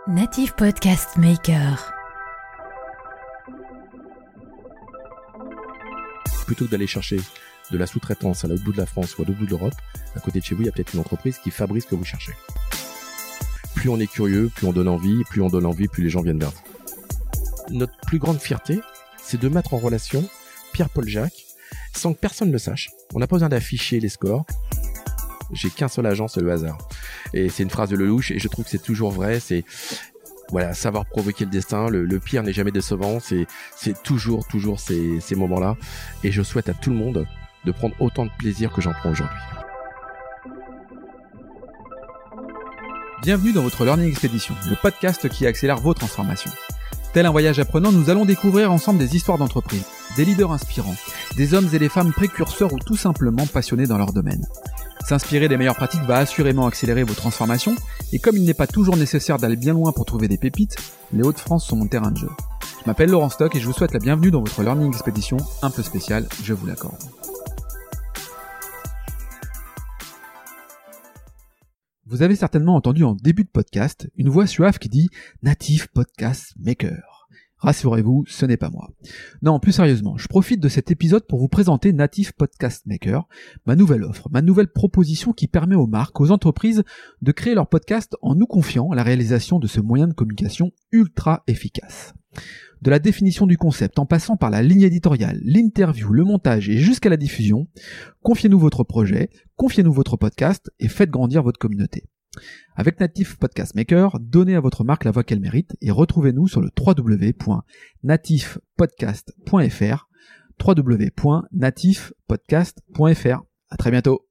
Native Podcast Maker. Plutôt que d'aller chercher de la sous-traitance à l'autre bout de la France ou à l'autre bout de l'Europe, à côté de chez vous, il y a peut-être une entreprise qui fabrique ce que vous cherchez. Plus on est curieux, plus on donne envie, plus les gens viennent vers vous. Notre plus grande fierté, c'est de mettre en relation Pierre-Paul Jacques sans que personne ne le sache. On n'a pas besoin d'afficher les scores. J'ai qu'un seul agent, c'est le hasard. Et c'est une phrase de Lelouch et je trouve que c'est toujours vrai. C'est voilà, savoir provoquer le destin. Le pire n'est jamais décevant. C'est toujours ces moments-là. Et je souhaite à tout le monde de prendre autant de plaisir que j'en prends aujourd'hui. Bienvenue dans votre Learning Expedition, le podcast qui accélère vos transformations. Tel un voyage apprenant, nous allons découvrir ensemble des histoires d'entreprise, des leaders inspirants, des hommes et des femmes précurseurs ou tout simplement passionnés dans leur domaine. S'inspirer des meilleures pratiques va assurément accélérer vos transformations, et comme il n'est pas toujours nécessaire d'aller bien loin pour trouver des pépites, les Hauts-de-France sont mon terrain de jeu. Je m'appelle Laurent Stock et je vous souhaite la bienvenue dans votre Learning Expedition un peu spéciale, je vous l'accorde. Vous avez certainement entendu en début de podcast une voix suave qui dit « Native Podcast Maker ». Rassurez-vous, ce n'est pas moi. Non, plus sérieusement, je profite de cet épisode pour vous présenter Native Podcast Maker, ma nouvelle offre, ma nouvelle proposition qui permet aux marques, aux entreprises de créer leur podcast en nous confiant à la réalisation de ce moyen de communication ultra efficace. De la définition du concept en passant par la ligne éditoriale, l'interview, le montage et jusqu'à la diffusion, confiez-nous votre projet, confiez-nous votre podcast et faites grandir votre communauté. Avec Native Podcast Maker, donnez à votre marque la voix qu'elle mérite et retrouvez-nous sur le www.nativepodcast.fr www.nativepodcast.fr. À très bientôt.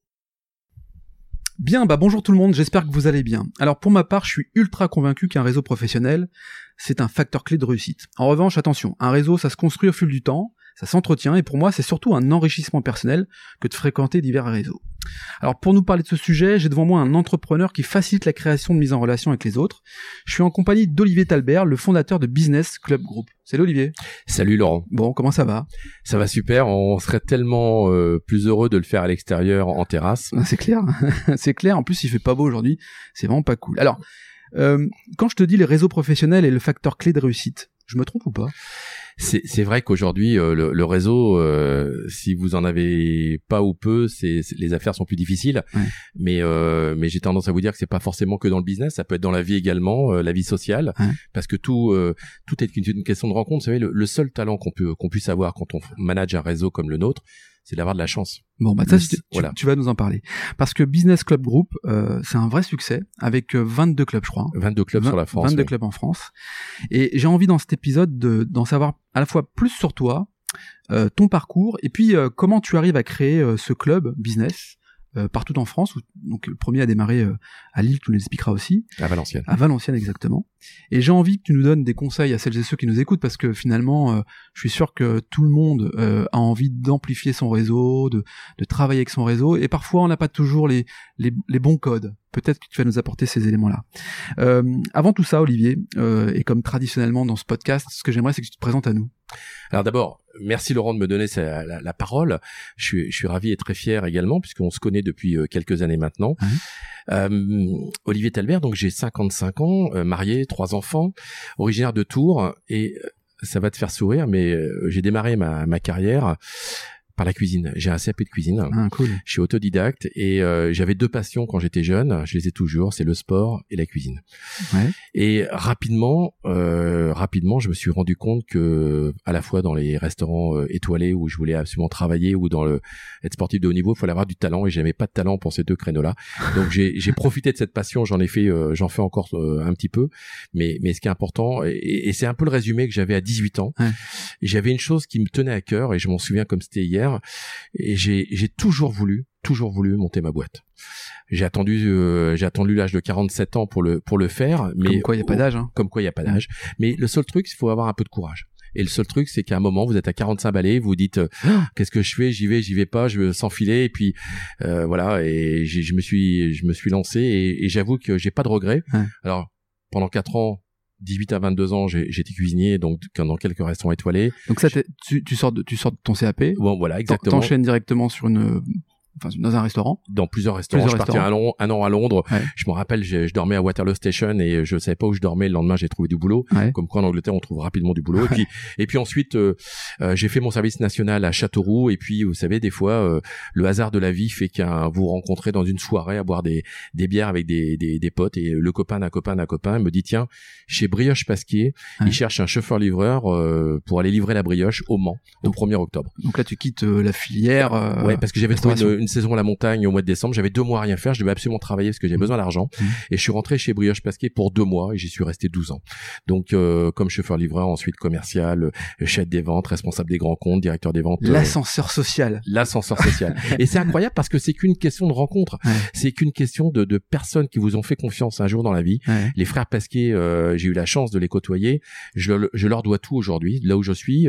Bien, bonjour tout le monde, j'espère que vous allez bien. Alors pour ma part, je suis ultra convaincu qu'un réseau professionnel, c'est un facteur clé de réussite. En revanche, attention, un réseau, ça se construit au fil du temps, ça s'entretient, et pour moi, c'est surtout un enrichissement personnel que de fréquenter divers réseaux. Alors pour nous parler de ce sujet, j'ai devant moi un entrepreneur qui facilite la création de mise en relation avec les autres. Je suis en compagnie d'Olivier Talbert, le fondateur de Business Club Group. Salut Olivier. Salut Laurent. Bon, comment ça va ? Ça va super, on serait tellement plus heureux de le faire à l'extérieur, en terrasse. C'est clair, c'est clair, en plus il fait pas beau aujourd'hui, c'est vraiment pas cool. Alors, quand je te dis les réseaux professionnels est le facteur clé de réussite, je me trompe ou pas ? C'est vrai qu'aujourd'hui le réseau, si vous en avez pas ou peu, les affaires sont plus difficiles. Ouais. Mais j'ai tendance à vous dire que c'est pas forcément que dans le business, ça peut être dans la vie également, la vie sociale, ouais. Parce que tout est une question de rencontre. Vous savez, le seul talent qu'on puisse avoir quand on manage un réseau comme le nôtre, c'est d'avoir de la chance. Bon, ça, voilà. Tu vas nous en parler. Parce que Business Club Group, c'est un vrai succès, avec 22 clubs, je crois. 22 clubs sur la France. 22 clubs en France. Et j'ai envie dans cet épisode d'en savoir à la fois plus sur toi, ton parcours, et puis comment tu arrives à créer ce club business partout en France. Donc le premier a démarré à Lille, tu nous l'expliqueras aussi. À Valenciennes. À Valenciennes, exactement. Et j'ai envie que tu nous donnes des conseils à celles et ceux qui nous écoutent, parce que finalement, je suis sûr que tout le monde a envie d'amplifier son réseau, de travailler avec son réseau, et parfois on n'a pas toujours les bons codes. Peut-être que tu vas nous apporter ces éléments-là. Avant tout ça, Olivier, et comme traditionnellement dans ce podcast, ce que j'aimerais, c'est que tu te présentes à nous. Alors d'abord, merci Laurent de me donner la parole. Je suis ravi et très fier également, puisqu'on se connaît depuis quelques années maintenant. Olivier Talbert, donc j'ai 55 ans, marié, 3 enfants, originaire de Tours, et ça va te faire sourire, mais j'ai démarré ma carrière par la cuisine. J'ai un CAP de cuisine. Cool. Je suis autodidacte et j'avais 2 passions quand j'étais jeune. Je les ai toujours, c'est le sport et la cuisine. Ouais. Et rapidement, je me suis rendu compte que à la fois dans les restaurants étoilés où je voulais absolument travailler ou être sportif de haut niveau, il fallait avoir du talent et j'avais pas de talent pour ces 2 créneaux-là. Donc j'ai profité de cette passion. J'en fais encore un petit peu. Mais ce qui est important et c'est un peu le résumé que j'avais à 18 ans. Ouais. J'avais une chose qui me tenait à cœur et je m'en souviens comme c'était hier. Et j'ai toujours voulu monter ma boîte. J'ai attendu l'âge de 47 ans pour le faire, mais comme quoi il y a pas d'âge, hein. Comme quoi il y a pas d'âge. Mais le seul truc, il faut avoir un peu de courage. Et le seul truc, c'est qu'à un moment, vous êtes à 45 balais, vous dites qu'est-ce que je fais, j'y vais pas, je veux s'enfiler et puis voilà. Et je me suis lancé et j'avoue que j'ai pas de regrets. Ouais. Alors pendant 4 ans. 18 à 22 ans, j'étais cuisinier, donc dans quelques restaurants étoilés. Donc ça, tu sors de ton CAP. Bon, voilà, exactement. T'enchaînes directement sur une enfin dans un restaurant. Dans plusieurs restaurants. Je suis parti un an à Londres. Ouais. Je me rappelle, je dormais à Waterloo Station et je savais pas où je dormais. Le lendemain, j'ai trouvé du boulot. Ouais. Comme quoi en Angleterre, on trouve rapidement du boulot. Et puis ensuite, j'ai fait mon service national à Châteauroux. Et puis, vous savez, des fois, le hasard de la vie fait qu'un vous rencontrez dans une soirée à boire des bières avec des potes, et le copain d'un copain me dit tiens, chez Brioche Pasquier, il cherche un chauffeur-livreur pour aller livrer la brioche au Mans au 1er octobre. Donc là, tu quittes la filière. Ouais, parce que j'avais trouvé une saison à la montagne au mois de décembre. J'avais 2 mois à rien faire. Je devais absolument travailler parce que j'avais besoin d'argent. Et je suis rentré chez Brioche Pasquier pour 2 mois et j'y suis resté 12 ans. Donc, comme chauffeur-livreur, ensuite commercial, chef des ventes, responsable des grands comptes, directeur des ventes. L'ascenseur social. L'ascenseur social. Et c'est incroyable parce que c'est qu'une question de rencontre. Ouais. C'est qu'une question de personnes qui vous ont fait confiance un jour dans la vie. Ouais. Les frères Pasquier, j'ai eu la chance de les côtoyer. Je leur dois tout aujourd'hui, là où je suis.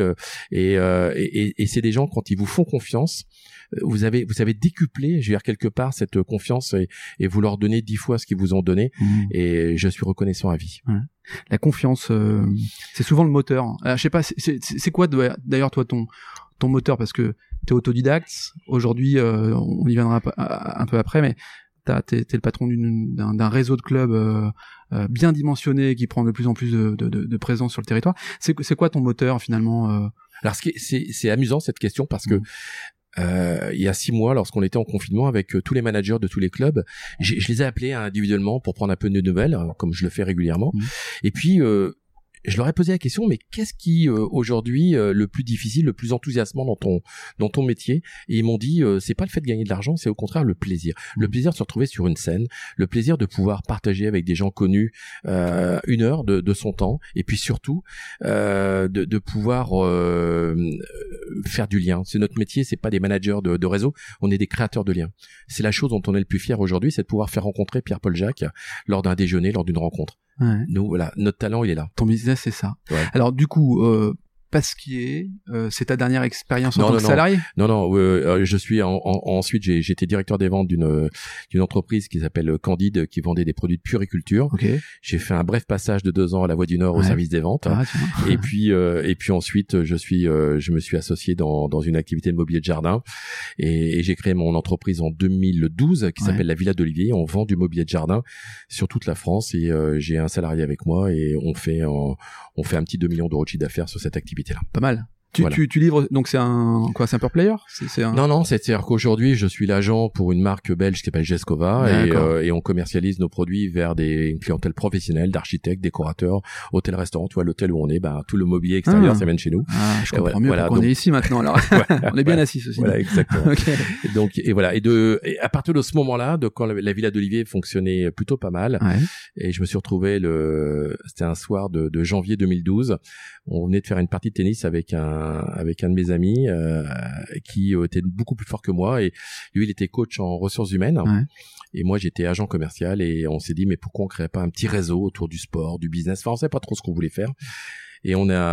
Et c'est des gens, quand ils vous font confiance, vous avez décuplé, je veux dire, quelque part, cette confiance et vous leur donnez 10 fois ce qu'ils vous ont donné. Et je suis reconnaissant à vie. Ouais. La confiance, c'est souvent le moteur. Je sais pas, c'est quoi d'ailleurs toi ton moteur, parce que t'es autodidacte. Aujourd'hui, on y viendra un peu après, mais t'es le patron d'un réseau de clubs bien dimensionné qui prend de plus en plus de présence sur le territoire. C'est quoi ton moteur finalement Alors c'est amusant cette question parce que il y a 6 mois, lorsqu'on était en confinement avec tous les managers de tous les clubs, je les ai appelés individuellement pour prendre un peu de nouvelles, comme je le fais régulièrement. Et puis je leur ai posé la question, mais qu'est-ce qui aujourd'hui le plus difficile, le plus enthousiasmant dans ton métier? Et ils m'ont dit c'est pas le fait de gagner de l'argent, c'est au contraire le plaisir de se retrouver sur une scène, le plaisir de pouvoir partager avec des gens connus 1 heure de son temps, et puis surtout de pouvoir faire du lien. C'est notre métier, c'est pas des managers de réseau, on est des créateurs de liens. C'est la chose dont on est le plus fier aujourd'hui, c'est de pouvoir faire rencontrer Pierre-Paul Jacques lors d'un déjeuner, lors d'une rencontre. Ouais. Nous, voilà, notre talent, il est là. Ton business, c'est ça. Ouais. Alors, du coup, Pasquier, c'est ta dernière expérience en tant que salarié? Non, je suis ensuite j'étais directeur des ventes d'une entreprise qui s'appelle Candide, qui vendait des produits de puriculture. Okay. J'ai fait un bref passage de 2 ans à la Voix du Nord au service des ventes. Et puis ensuite je me suis associé dans une activité de mobilier de jardin et j'ai créé mon entreprise en 2012 qui s'appelle la Villa d'Olivier. On vend du mobilier de jardin sur toute la France et j'ai un salarié avec moi et on fait un petit 2 millions d'euros de chiffre d'affaires sur cette activité. Pas mal. Tu livres, donc c'est un pure player? Non, c'est-à-dire qu'aujourd'hui, je suis l'agent pour une marque belge qui s'appelle Gescova et on commercialise nos produits vers une clientèle professionnelle, d'architectes, décorateurs, hôtels, restaurants. Tu vois, l'hôtel où on est, tout le mobilier extérieur, ça vient de chez nous. Ah, je comprends mieux pourquoi on est ici maintenant, alors. On est bien assis, aussi. Voilà, exactement. Okay. Et à partir de ce moment-là, quand la Villa d'Olivier fonctionnait plutôt pas mal, et je me suis retrouvé c'était un soir de janvier 2012, on venait de faire une partie de tennis avec un de mes amis qui était beaucoup plus fort que moi et lui il était coach en ressources humaines et moi j'étais agent commercial et on s'est dit mais pourquoi on créerait pas un petit réseau autour du sport, du business, on savait pas trop ce qu'on voulait faire. Et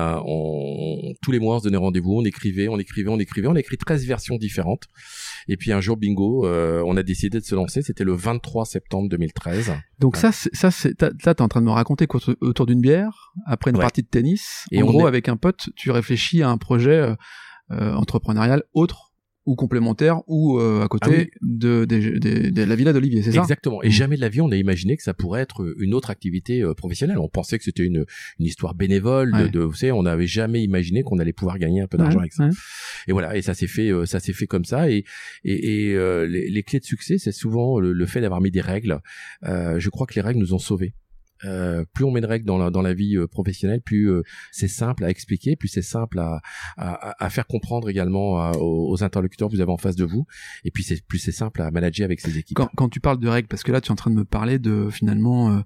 tous les mois on se donnait rendez-vous, on écrivait, on a écrit 13 versions différentes. Et puis un jour bingo, on a décidé de se lancer, c'était le 23 septembre 2013. Donc là t'es en train de me raconter qu'autour d'une bière, après une partie de tennis, et en gros avec un pote, tu réfléchis à un projet entrepreneurial autre ou complémentaire ou à côté de la Villa d'Olivier, c'est ça? Exactement. Et jamais de la vie on a imaginé que ça pourrait être une autre activité professionnelle. On pensait que c'était une histoire bénévole vous savez, on n'avait jamais imaginé qu'on allait pouvoir gagner un peu d'argent avec ça. Et voilà, et ça s'est fait comme ça et les clés de succès, c'est souvent le fait d'avoir mis des règles. Je crois que les règles nous ont sauvés. Plus on met de règles dans la vie professionnelle, plus c'est simple à expliquer, plus c'est simple à faire comprendre également aux interlocuteurs que vous avez en face de vous, et puis plus c'est simple à manager avec ses équipes. Quand tu parles de règles, parce que là tu es en train de me parler de finalement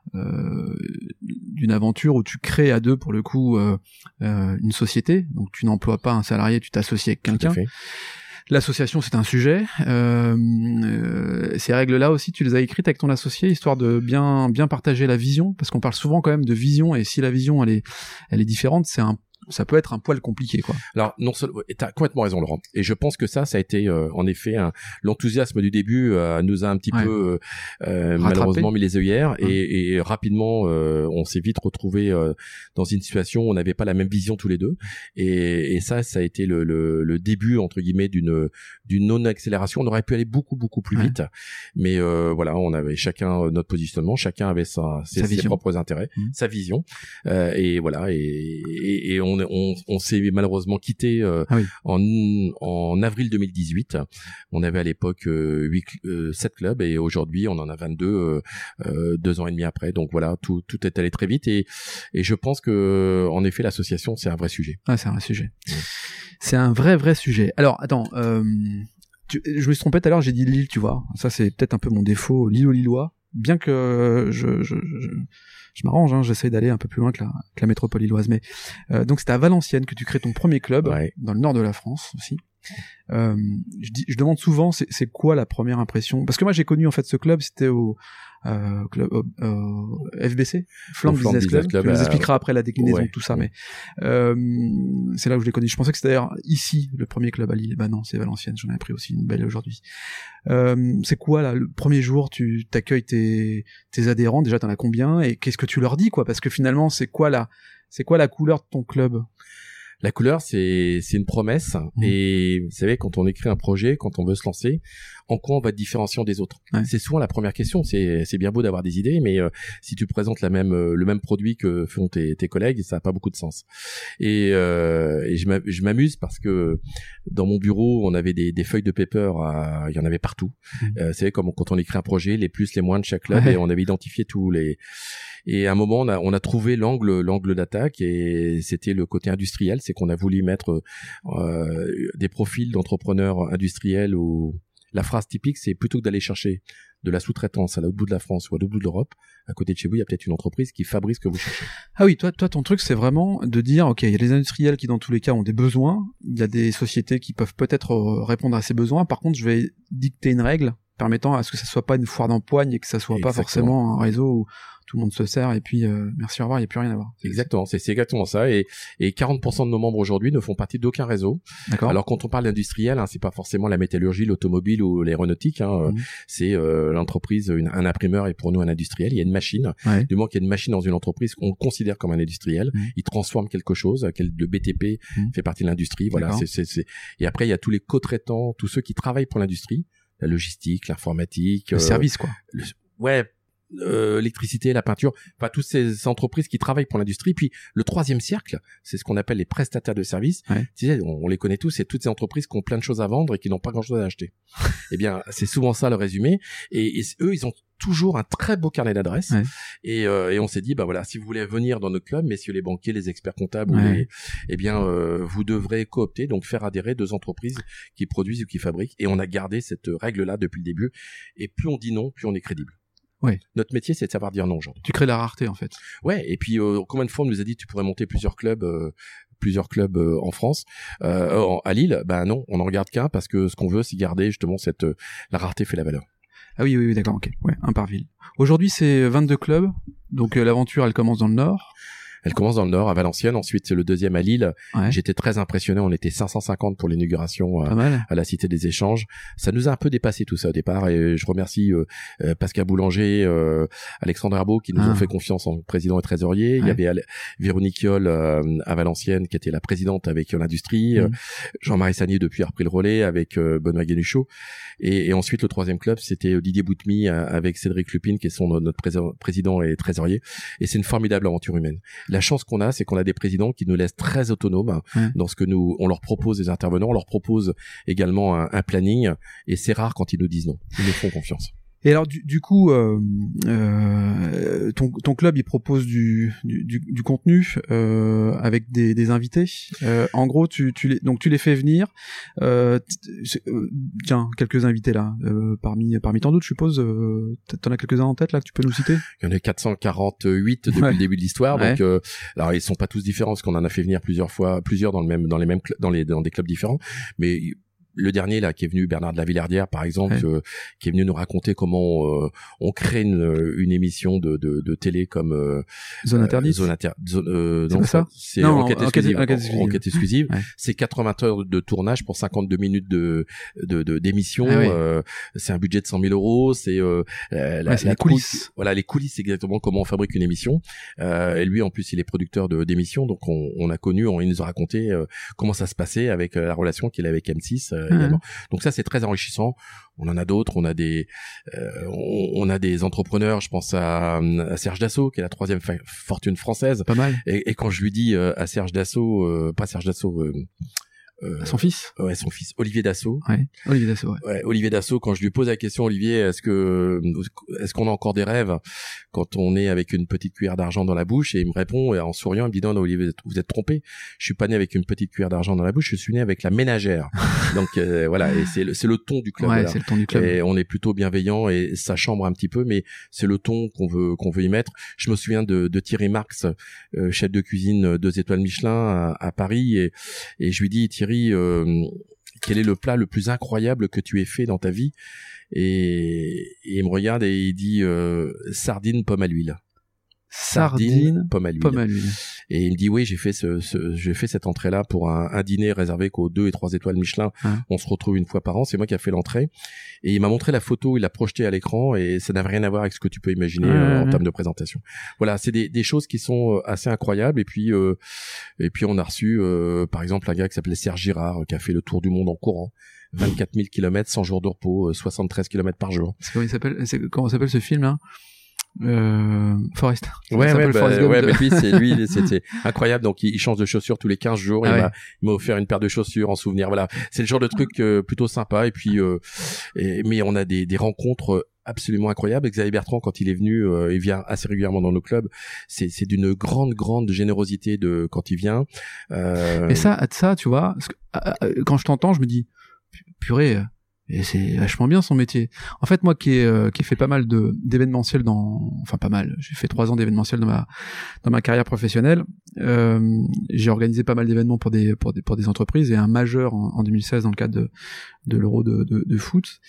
d'une aventure où tu crées à deux pour le coup une société, donc tu n'emploies pas un salarié, tu t'associes avec quelqu'un. Tout à fait. L'association, c'est un sujet. Ces règles-là aussi, tu les as écrites avec ton associé, histoire de bien partager la vision, parce qu'on parle souvent quand même de vision, et si la vision elle est différente, c'est ça peut être un poil compliqué, quoi. Alors non seulement, t'as complètement raison, Laurent. Et je pense que ça a été en effet l'enthousiasme du début nous a un petit peu malheureusement mis les œillères et rapidement on s'est vite retrouvé dans une situation où on n'avait pas la même vision tous les deux. Et ça a été le début entre guillemets d'une non-accélération. On aurait pu aller beaucoup plus vite, mais voilà, on avait chacun notre positionnement, chacun avait ses propres intérêts, sa vision, et voilà, et on s'est malheureusement quitté en avril 2018. On avait à l'époque 7 clubs et aujourd'hui on en a 22 2 ans et demi après. Donc voilà, tout est allé très vite et je pense que en effet l'association c'est un vrai sujet. Ah, c'est un vrai sujet. C'est un vrai sujet. Alors attends, je me suis trompé tout à l'heure, j'ai dit Lille, tu vois. Ça c'est peut-être un peu mon défaut, Lillois. Bien que je m'arrange, hein, j'essaie d'aller un peu plus loin que la métropole lilloise. Mais donc c'était à Valenciennes que tu crées ton premier club, dans le nord de la France aussi. Je demande souvent c'est quoi la première impression, parce que moi j'ai connu en fait ce club, c'était au FBC, Flandre Business Club. Tu nous expliqueras après la déclinaison de tout ça, mais c'est là où je l'ai connu. Je pensais que c'était d'ailleurs ici le premier club à Lille. Bah non, c'est Valenciennes. J'en ai appris aussi une belle aujourd'hui. C'est quoi là, le premier jour, tu t'accueilles tes adhérents, déjà t'en as combien et qu'est-ce que tu leur dis, quoi, parce que finalement c'est quoi la couleur de ton club? La couleur, c'est une promesse. Et vous savez, quand on écrit un projet, quand on veut se lancer, en quoi on va être différenciant des autres? C'est souvent la première question. C'est bien beau d'avoir des idées, mais si tu présentes le même produit que font tes collègues, ça n'a pas beaucoup de sens. Et je m'amuse parce que dans mon bureau, on avait des feuilles de paper, il y en avait partout. Vous savez, comme quand on écrit un projet, les plus, les moins de chaque club, et on avait identifié tous les... Et à un moment, on a trouvé l'angle d'attaque, et c'était le côté industriel. C'est qu'on a voulu mettre des profils d'entrepreneurs industriels où la phrase typique, c'est plutôt que d'aller chercher de la sous-traitance à l'autre bout de la France ou à l'autre bout de l'Europe, à côté de chez vous, il y a peut-être une entreprise qui fabrique ce que vous cherchez. Ah oui, toi, ton truc, c'est vraiment de dire, ok, il y a des industriels qui, dans tous les cas, ont des besoins. Il y a des sociétés qui peuvent peut-être répondre à ces besoins. Par contre, je vais dicter une règle permettant à ce que ça soit pas une foire d'empoigne et que ça soit pas forcément un réseau où tout le monde se sert et puis merci, au revoir, il n'y a plus rien à voir. Exactement, c'est exactement ça. Et 40% de nos membres aujourd'hui ne font partie d'aucun réseau. D'accord. Alors quand on parle d'industriel, c'est pas forcément la métallurgie, l'automobile ou l'aéronautique. C'est l'entreprise, un imprimeur est pour nous un industriel. Il y a une machine. Du moment qu'il y a une machine dans une entreprise, on le considère comme un industriel. Il transforme quelque chose. Le BTP fait partie de l'industrie. Voilà. Et après il y a tous les co-traitants, tous ceux qui travaillent pour l'industrie, la logistique, l'informatique, le service, quoi. L'électricité, la peinture, enfin toutes ces entreprises qui travaillent pour l'industrie. Puis le troisième cercle, c'est ce qu'on appelle les prestataires de services. Tu sais, on les connaît tous, c'est toutes ces entreprises qui ont plein de choses à vendre et qui n'ont pas grand-chose à acheter. Eh bien, c'est souvent ça le résumé. Et eux, ils ont toujours un très beau carnet d'adresses. Et on s'est dit, bah voilà, si vous voulez venir dans notre club, messieurs les banquiers, les experts comptables, vous devrez coopter, donc faire adhérer 2 entreprises qui produisent ou qui fabriquent. Et on a gardé cette règle-là depuis le début. Et plus on dit non, plus on est crédible. Notre métier, c'est de savoir dire non aujourd'hui. Tu crées la rareté, en fait. Et puis combien de fois on nous a dit tu pourrais monter plusieurs clubs en France, à Lille? Ben non, on en regarde qu'un parce que ce qu'on veut, c'est garder justement la rareté fait la valeur. Ah oui, d'accord, ok. Un par ville. Aujourd'hui, c'est 22 clubs, donc l'aventure, elle commence dans le Nord. Elle commence dans le Nord, à Valenciennes. Ensuite, c'est le deuxième à Lille. J'étais très impressionné. On était 550 pour l'inauguration à la Cité des Échanges. Ça nous a un peu dépassé tout ça au départ. Et je remercie Pascal Boulanger, Alexandre Herbeau qui nous ont fait confiance en président et trésorier. Il y avait Véronique Yol à Valenciennes qui était la présidente avec l'industrie. Jean-Marie Sagnier depuis a repris le relais avec Benoît Guénuchot. Et ensuite, le troisième club, c'était Didier Boutmy avec Cédric Lupine qui est notre président et trésorier. Et c'est une formidable aventure humaine. La chance qu'on a, c'est qu'on a des présidents qui nous laissent très autonomes dans ce que on leur propose des intervenants, on leur propose également un planning, et c'est rare quand ils nous disent non. Ils nous font confiance. Et alors du coup, ton club il propose du contenu avec des invités. En gros, tu les fais venir. Tiens, quelques invités là, parmi tant d'autres, je suppose. T'en as quelques-uns en tête là que tu peux nous citer? Il y en a 448 depuis le début de l'histoire. Donc, alors ils sont pas tous différents parce qu'on en a fait venir plusieurs dans des clubs différents, mais le dernier là qui est venu, Bernard de la Villardière par exemple, qui est venu nous raconter comment on crée une émission de télé comme Zone Interdite. Non, ça c'est enquête exclusive. Ouais. C'est 80 heures de tournage pour 52 minutes d'émission. C'est un budget de 100 000 euros. C'est les coulisses. Voilà, les coulisses, c'est exactement comment on fabrique une émission. Et lui, en plus, il est producteur d'émissions, donc il nous a raconté comment ça se passait avec la relation qu'il avait avec M6. Également. Donc ça, c'est très enrichissant. On en a d'autres. On a des entrepreneurs. Je pense à Serge Dassault, qui est la 3e fortune française. Pas mal. Et quand je lui dis à Serge Dassault, pas Serge Dassault. Son fils. Ouais, son fils, Olivier Dassault. Olivier Dassault. Ouais, Olivier Dassault. Quand je lui pose la question, Olivier, est-ce qu'on a encore des rêves quand on est avec une petite cuillère d'argent dans la bouche? Et il me répond, et en souriant, il me dit non, Olivier, vous êtes trompé. Je suis pas né avec une petite cuillère d'argent dans la bouche. Je suis né avec la ménagère. Donc voilà, et c'est le ton du club. Ouais, voilà. C'est le ton du club. Et on est plutôt bienveillant et ça chambre un petit peu, mais c'est le ton qu'on veut y mettre. Je me souviens de Thierry Marx, chef de cuisine 2 étoiles Michelin à Paris, et je lui dis, Thierry, quel est le plat le plus incroyable que tu aies fait dans ta vie? Et il me regarde et il dit sardine pomme à l'huile. Sardine pomme à l'huile. Et il me dit oui, j'ai fait cette entrée là pour un dîner réservé qu'aux 2 et 3 étoiles Michelin. On se retrouve une fois par an, c'est moi qui a fait l'entrée, et il m'a montré la photo, il l'a projetée à l'écran, et ça n'avait rien à voir avec ce que tu peux imaginer en termes de présentation. Voilà, c'est des choses qui sont assez incroyables. Et puis on a reçu par exemple un gars qui s'appelait Serge Girard, qui a fait le tour du monde en courant. 24 000 km, 100 jours de repos, 73 km par jour. Comment s'appelle ce film, hein? Forrest. Mais lui, c'était incroyable. Donc il change de chaussures tous les 15 jours. Il m'a offert une paire de chaussures en souvenir. Voilà, c'est le genre de truc plutôt sympa. Et puis mais on a des rencontres absolument incroyables. Xavier Bertrand, quand il est venu, il vient assez régulièrement dans nos clubs. C'est d'une grande générosité quand il vient. Mais ça, tu vois, quand je t'entends, je me dis purée. Et c'est vachement bien son métier. En fait, moi qui ai fait pas mal d'événementiel j'ai fait 3 ans d'événementiel dans ma carrière professionnelle. J'ai organisé pas mal d'événements pour des entreprises, et un majeur en 2016 dans le cadre de l'Euro de foot.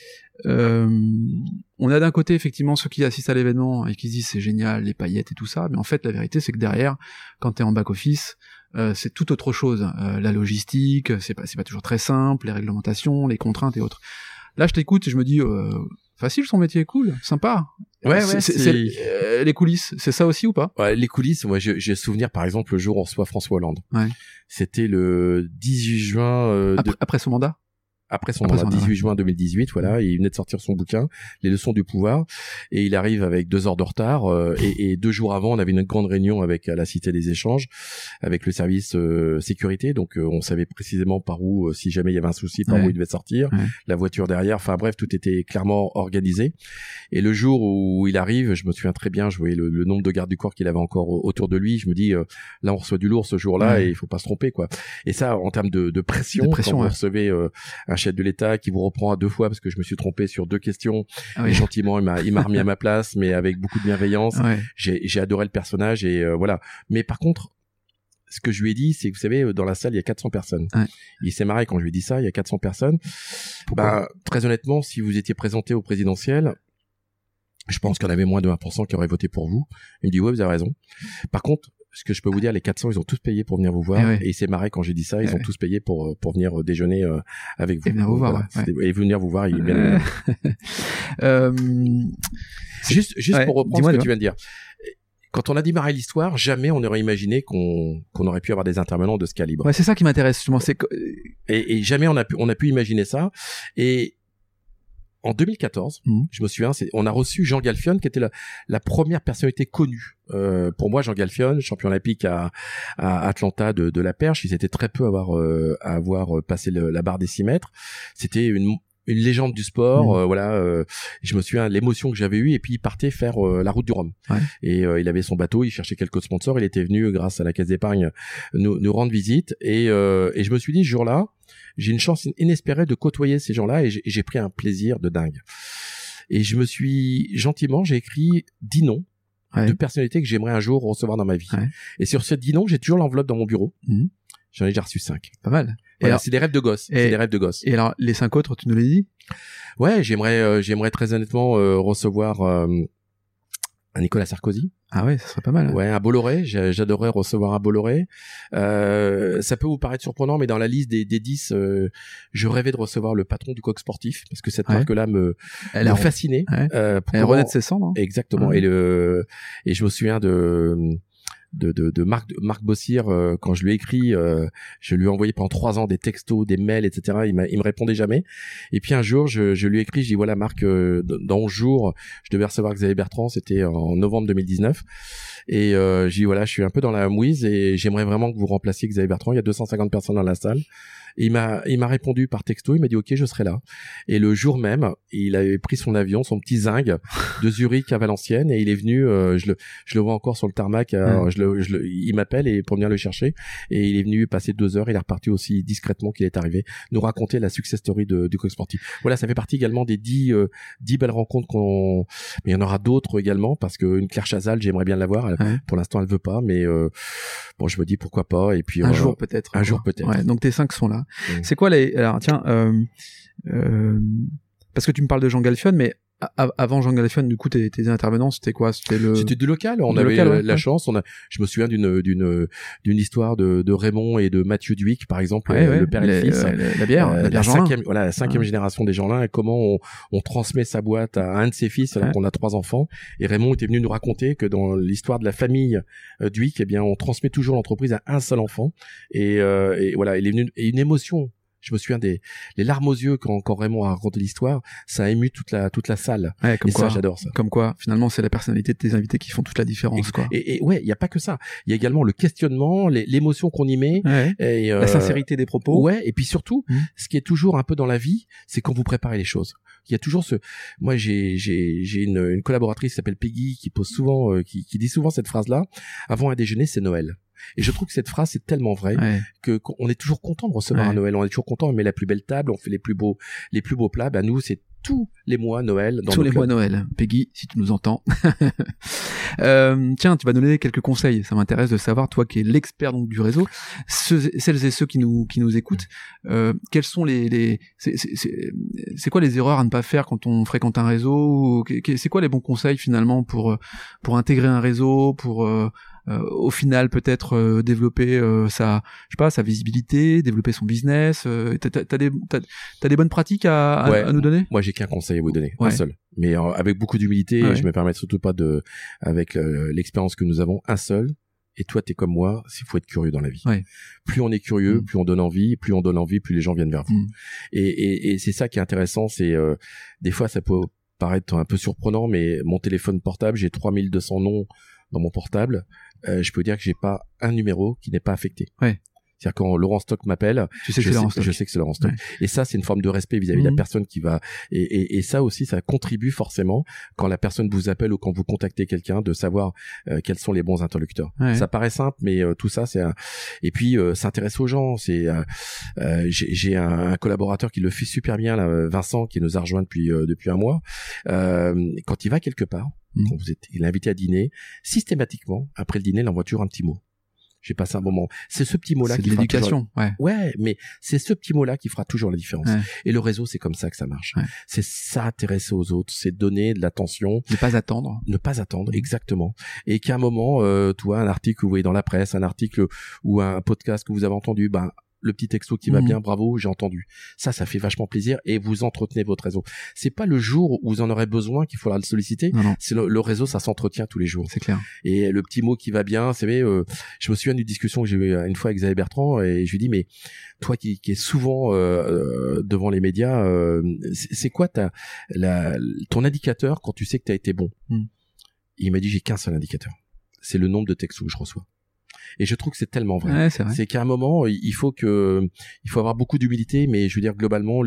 On a d'un côté effectivement ceux qui assistent à l'événement et qui se disent c'est génial, les paillettes et tout ça, mais en fait la vérité c'est que derrière, quand t'es en back office, c'est tout autre chose. La logistique, c'est pas toujours très simple, les réglementations, les contraintes et autres. Là, je t'écoute et je me dis, facile, son métier est cool, sympa. C'est les coulisses, c'est ça aussi ou pas? Ouais, les coulisses, moi, j'ai souvenir, par exemple, le jour où on reçoit François Hollande. Ouais. C'était le 18 juin... Après son mandat? Après son mandat, 18 juin 2018, voilà, il venait de sortir son bouquin, Les leçons du pouvoir, et il arrive avec 2 heures de retard, et 2 jours avant, on avait une grande réunion avec la Cité des Échanges, avec le service sécurité, donc on savait précisément par où, si jamais il y avait un souci, par où il devait sortir, la voiture derrière, enfin bref, tout était clairement organisé. Et le jour où il arrive, je me souviens très bien, je voyais le nombre de gardes du corps qu'il avait encore autour de lui, je me dis, là on reçoit du lourd ce jour-là, et il faut pas se tromper, quoi. Et ça, en termes de pression, quand vous recevez un chef de l'État qui vous reprend à 2 fois parce que je me suis trompé sur 2 questions, et gentiment il m'a remis à ma place, mais avec beaucoup de bienveillance. J'ai adoré le personnage, et voilà. Mais par contre, ce que je lui ai dit, c'est que vous savez, dans la salle il y a 400 personnes. Il s'est marré quand je lui ai dit ça, il y a 400 personnes. Très honnêtement, si vous étiez présenté au présidentiel, je pense qu'il y en avait moins de 1% qui auraient voté pour vous. Il me dit ouais, vous avez raison. Par contre, ce que je peux vous dire, les 400, ils ont tous payé pour venir vous voir, et il s'est marré quand j'ai dit ça, ils ont tous payé pour venir déjeuner avec vous. Et venir vous voir, et venir vous voir, il est bien. Juste pour reprendre ce que tu viens de dire. Quand on a démarré l'histoire, jamais on n'aurait imaginé qu'on aurait pu avoir des intervenants de ce calibre. Ouais, c'est ça qui m'intéresse, justement. Et jamais on a pu imaginer ça. Et en 2014, je me souviens, on a reçu Jean Galfione, qui était la première personnalité connue. Pour moi, Jean Galfione, champion olympique à Atlanta de la perche, ils étaient très peu à avoir passé la barre des 6 mètres. C'était une légende du sport, voilà. Je me souviens l'émotion que j'avais eue, et puis il partait faire la route du Rhum. Et il avait son bateau, il cherchait quelques sponsors, il était venu grâce à la Caisse d'épargne nous rendre visite, et je me suis dit ce jour-là, j'ai une chance inespérée de côtoyer ces gens-là, et j'ai pris un plaisir de dingue. Et j'ai écrit 10 noms de personnalités que j'aimerais un jour recevoir dans ma vie. Et sur ces 10 noms, j'ai toujours l'enveloppe dans mon bureau. J'en ai déjà reçu 5. Pas mal. Voilà, c'est des rêves de gosse. C'est des rêves de gosse. Et alors, les 5 autres, tu nous les dis? Ouais, j'aimerais très honnêtement recevoir un Nicolas Sarkozy. Ah ouais, ça serait pas mal. Hein. Ouais, un Bolloré. J'adorerais recevoir un Bolloré. Ça peut vous paraître surprenant, mais dans la liste des 10, je rêvais de recevoir le patron du Coq Sportif, parce que cette marque-là me fascinait. Ouais. Elle renaît de ses cendres. Hein. Exactement. Ouais. Et je me souviens de Marc Bossir, quand je lui ai écrit, je lui ai envoyé pendant 3 ans des textos, des mails, etc. Il me répondait jamais. Et puis un jour, je lui ai écrit, je dis voilà Marc, dans 11 jours, je devais recevoir Xavier Bertrand, c'était en novembre 2019. Et je dis voilà, je suis un peu dans la mouise et j'aimerais vraiment que vous remplaciez Xavier Bertrand. Il y a 250 personnes dans la salle. Et il m'a répondu par texto, il m'a dit ok, je serai là. Et le jour même, il avait pris son avion, son petit Zing de Zurich à Valenciennes, et il est venu, je le vois encore sur le tarmac, il m'appelle et pour venir le chercher, et il est venu passer 2 heures, il est reparti aussi discrètement qu'il est arrivé, nous raconter la success story du Coq Sportif. Voilà, ça fait partie également des 10 belles rencontres mais il y en aura d'autres également, parce que une Claire Chazal, j'aimerais bien l'avoir, pour l'instant elle veut pas, mais bon, je me dis pourquoi pas, et puis un jour peut-être. Un jour peut-être. Ouais, donc tes 5 sont là. C'est quoi les... Alors tiens, parce que tu me parles de Jean Galfione, mais avant Jean Galfione, du coup, tes intervenants, c'était quoi? C'était du local. On avait la chance. Je me souviens d'une histoire de Raymond et de Mathieu Duic, par exemple, le père et le fils. La bière la 5e génération des Jeanlin, et comment on transmet sa boîte à un de ses fils alors qu'on a 3 enfants. Et Raymond était venu nous raconter que dans l'histoire de la famille Duic, eh bien, on transmet toujours l'entreprise à un seul enfant. Et voilà, il est venu, et une émotion. Je me souviens les larmes aux yeux quand Raymond a raconté l'histoire, ça a ému toute la salle. Ouais, et ça, j'adore ça. Comme quoi, finalement, c'est la personnalité de tes invités qui font toute la différence, quoi. Et ouais, il y a pas que ça. Il y a également le questionnement, l'émotion qu'on y met, et la sincérité des propos. Ouais, et puis surtout, ce qui est toujours un peu dans la vie, c'est quand vous préparez les choses. Il y a toujours moi j'ai une collaboratrice qui s'appelle Peggy qui pose souvent qui dit souvent cette phrase-là: avant un déjeuner, c'est Noël. Et je trouve que cette phrase est tellement vraie qu'on est toujours content de recevoir un Noël. On est toujours content, on met la plus belle table, on fait les plus beaux plats. Ben nous, c'est tous les mois Noël. Tous les mois Noël. Peggy, si tu nous entends. Tiens, tu vas nous donner quelques conseils. Ça m'intéresse de savoir, toi qui es l'expert donc du réseau, celles et ceux qui nous écoutent, quels sont c'est quoi les erreurs à ne pas faire quand on fréquente un réseau? C'est quoi les bons conseils finalement pour intégrer un réseau, pour au final peut-être développer sa visibilité, développer son business? T'as des bonnes pratiques à nous donner? Moi j'ai qu'un conseil à vous donner, un seul, mais avec beaucoup d'humilité. Et je me permets surtout pas avec l'expérience que nous avons, un seul. Et toi, t'es comme moi, il faut être curieux dans la vie. Plus on est curieux, plus on donne envie, plus les gens viennent vers vous. Et c'est ça qui est intéressant, c'est des fois ça peut paraître un peu surprenant, mais mon téléphone portable, j'ai 3200 noms dans mon portable. Je peux dire que j'ai pas un numéro qui n'est pas affecté. C'est-à-dire quand Laurent Stock m'appelle, je sais que c'est Laurent Stock. Et ça, c'est une forme de respect vis-à-vis de la personne qui va. Et ça aussi, ça contribue forcément quand la personne vous appelle ou quand vous contactez quelqu'un, de savoir quels sont les bons interlocuteurs. Ça paraît simple, mais tout ça, et puis s'intéresser aux gens. J'ai un collaborateur qui le fait super bien, là, Vincent, qui nous a rejoint depuis un mois. Quand il va quelque part, quand il est invité à dîner, systématiquement après le dîner, il envoie toujours un petit mot. J'ai passé un moment. C'est ce petit mot-là qui fera l'éducation. Ouais, mais c'est ce petit mot-là qui fera toujours la différence. Et le réseau, c'est comme ça que ça marche. C'est s'intéresser aux autres, c'est donner de l'attention. Ne pas attendre, exactement. Et qu'à un moment, un article que vous voyez dans la presse, un article ou un podcast que vous avez entendu, le petit texto qui va bien, bravo, j'ai entendu. Ça fait vachement plaisir, et vous entretenez votre réseau. C'est pas le jour où vous en aurez besoin qu'il faudra le solliciter. Non. C'est le réseau, ça s'entretient tous les jours. C'est clair. Et le petit mot qui va bien, je me souviens d'une discussion que j'ai eue une fois avec Xavier Bertrand, et je lui dis, mais toi qui es souvent devant les médias, c'est quoi ton indicateur quand tu sais que tu as été bon? Il m'a dit, j'ai qu'un seul indicateur. C'est le nombre de textos que je reçois. Et je trouve que c'est tellement vrai. C'est qu'à un moment, il faut avoir beaucoup d'humilité, mais je veux dire, globalement,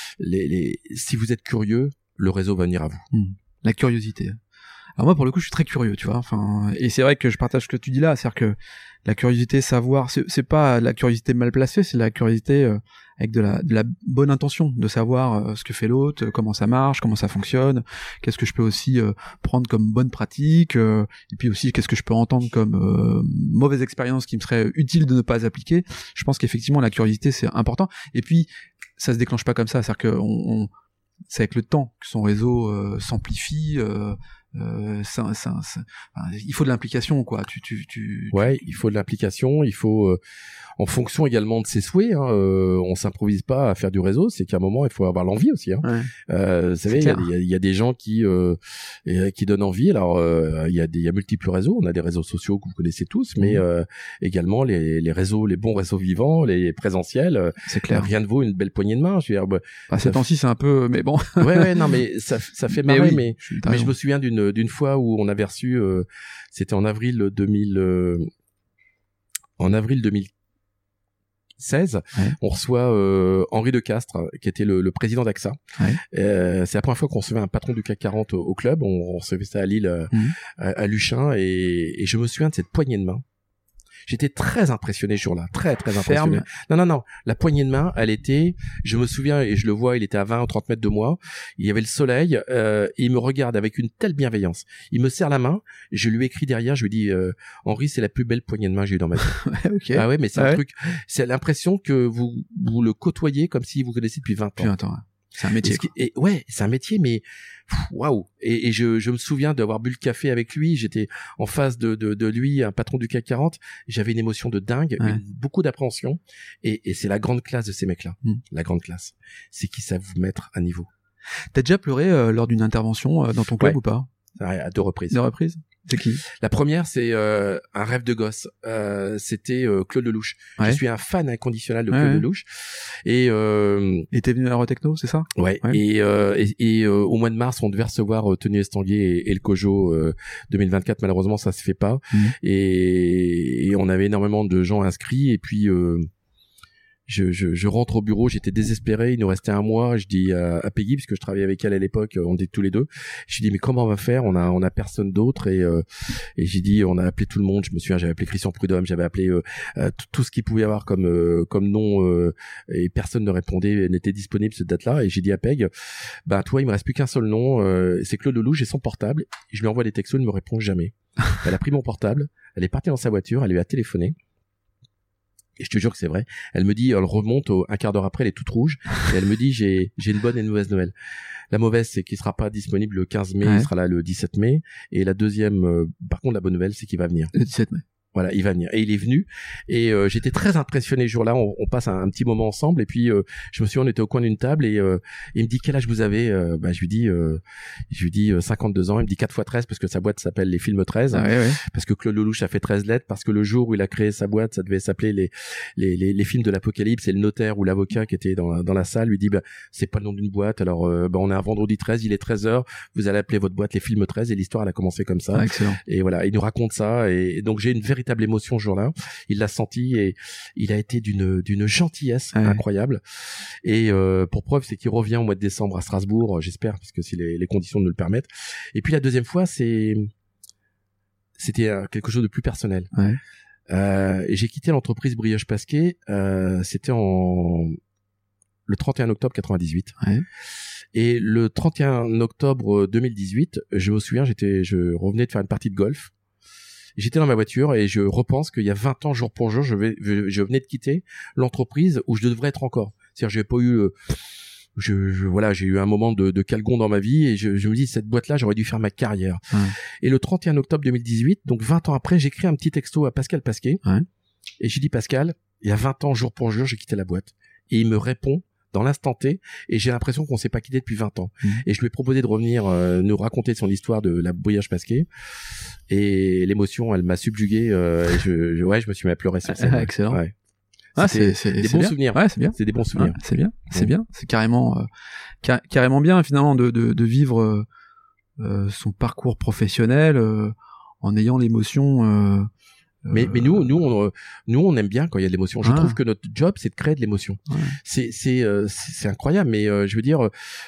si vous êtes curieux, le réseau va venir à vous. La curiosité. Alors moi, pour le coup, je suis très curieux, tu vois. Enfin, et c'est vrai que je partage ce que tu dis là, c'est-à-dire que la curiosité, savoir, c'est pas la curiosité mal placée, c'est la curiosité avec de la bonne intention, de savoir ce que fait l'autre, comment ça marche, comment ça fonctionne, qu'est-ce que je peux aussi prendre comme bonne pratique, et puis aussi qu'est-ce que je peux entendre comme mauvaise expérience qui me serait utile de ne pas appliquer. Je pense qu'effectivement la curiosité c'est important. Et puis ça se déclenche pas comme ça, c'est-à-dire que c'est avec le temps que son réseau s'amplifie. Il faut de l'implication, quoi. Ouais, il faut de l'implication. Il faut, en fonction également de ses souhaits. On s'improvise pas à faire du réseau. C'est qu'à un moment, il faut avoir l'envie aussi. Ouais. Vous savez, il y a des gens qui donnent envie. Alors, il y a multiples réseaux. On a des réseaux sociaux que vous connaissez tous, mais également les réseaux, les bons réseaux vivants, les présentiels. C'est clair. Rien ne vaut une belle poignée de main. Je veux dire, ces temps-ci, c'est un peu, mais bon. ouais, non, mais ça fait marrer. Mais je me souviens d'une fois où on avait reçu, c'était en avril 2016, on reçoit Henri de Castres, qui était le président d'AXA. C'est la première fois qu'on recevait un patron du CAC 40 au club. On recevait ça à Lille, à Luchin, et je me souviens de cette poignée de main. J'étais très impressionné ce jour-là, très impressionné. Non, la poignée de main, elle était, je me souviens et je le vois, il était à 20 ou 30 mètres de moi, il y avait le soleil, et il me regarde avec une telle bienveillance. Il me serre la main, je lui écris derrière, je lui dis Henri, c'est la plus belle poignée de main que j'ai eu dans ma vie. Okay. Ah ouais, mais c'est un truc, c'est l'impression que vous le côtoyez comme si vous connaissiez depuis 20 ans. Depuis 20 ans, ouais. C'est un métier. C'est un métier, mais waouh. Et je me souviens d'avoir bu le café avec lui. J'étais en face de lui, un patron du CAC 40. J'avais une émotion de dingue, beaucoup d'appréhension. Et c'est la grande classe de ces mecs-là. La grande classe. C'est qu'ils savent vous mettre à niveau. T'as déjà pleuré lors d'une intervention dans ton club ou pas? À 2 reprises. 2 reprises? C'est qui? La première, c'est un rêve de gosse. C'était Claude Lelouch. Je suis un fan inconditionnel de Claude Lelouch. Et t'es venu à l'Eurotechno, c'est ça? Ouais. Et au mois de mars, on devait recevoir Tony Estanguet et le COJO 2024. Malheureusement, ça se fait pas. Et on avait énormément de gens inscrits. Et puis je rentre au bureau, j'étais désespéré, il nous restait 1 mois, je dis à Peggy, parce que je travaillais avec elle à l'époque, on était tous les deux, je lui dis mais comment on va faire, on a personne d'autre, et j'ai dit, on a appelé tout le monde, je me souviens, j'avais appelé Christian Prudhomme, j'avais appelé tout ce qu'il pouvait y avoir comme nom, et personne ne répondait, n'était disponible cette date-là, et j'ai dit à Peg, toi il me reste plus qu'un seul nom, c'est Claude Lelouch, j'ai son portable, et je lui envoie des textos, il ne me répond jamais. Elle a pris mon portable, elle est partie dans sa voiture, elle lui a téléphoné. Et je te jure que c'est vrai. Elle me dit, elle remonte un quart d'heure après, elle est toute rouge. Et elle me dit, j'ai une bonne et une mauvaise nouvelle. La mauvaise, c'est qu'il sera pas disponible le 15 mai, il sera là le 17 mai. Et la deuxième, par contre, la bonne nouvelle, c'est qu'il va venir. Le 17 mai. Voilà, il va venir. Et il est venu. Et j'étais très impressionné ce jour-là. On passe un petit moment ensemble. Et puis, je me souviens, on était au coin d'une table. Et il me dit, quel âge vous avez? Je lui dis 52 ans. Il me dit 4 x 13 parce que sa boîte s'appelle les films 13. Parce que Claude Lelouch a fait 13 lettres. Parce que le jour où il a créé sa boîte, ça devait s'appeler les films de l'apocalypse. Et le notaire ou l'avocat qui était dans la salle lui dit, c'est pas le nom d'une boîte. Alors, on est un vendredi 13, il est 13h. Vous allez appeler votre boîte les films 13. Et l'histoire, elle a commencé comme ça. Excellent. Et voilà, il nous raconte ça. Et donc, j'ai une véritable émotion ce jour-là. Il l'a senti et il a été d'une gentillesse incroyable. Et pour preuve, c'est qu'il revient au mois de décembre à Strasbourg, j'espère, parce que si les conditions nous le permettent. Et puis la deuxième fois, c'était quelque chose de plus personnel. Et j'ai quitté l'entreprise Brioche Pasquet. C'était le 31 octobre 98. Et le 31 octobre 2018, je me souviens, je revenais de faire une partie de golf. J'étais dans ma voiture et je repense qu'il y a 20 ans, jour pour jour, je venais de quitter l'entreprise où je devrais être encore. C'est-à-dire, j'ai pas eu, j'ai eu un moment de calgon dans ma vie et je me dis, cette boîte-là, j'aurais dû faire ma carrière. Et le 31 octobre 2018, donc 20 ans après, j'écris un petit texto à Pascal Pasquet. Et j'ai dit, Pascal, il y a 20 ans, jour pour jour, j'ai quitté la boîte. Et il me répond dans l'instant T, et j'ai l'impression qu'on s'est pas quitté depuis 20 ans. Et je lui ai proposé de revenir nous raconter son histoire de la Brioche Pasquet, et l'émotion, elle m'a subjugué, et je me suis mis à pleurer sur scène. Excellent. C'est des bons souvenirs. Ouais, c'est bien. C'est des bons souvenirs. C'est bien. C'est bien. C'est carrément bien, finalement, de vivre son parcours professionnel en ayant l'émotion Mais nous on aime bien quand il y a de l'émotion. Je trouve que notre job c'est de créer de l'émotion. C'est incroyable, mais je veux dire,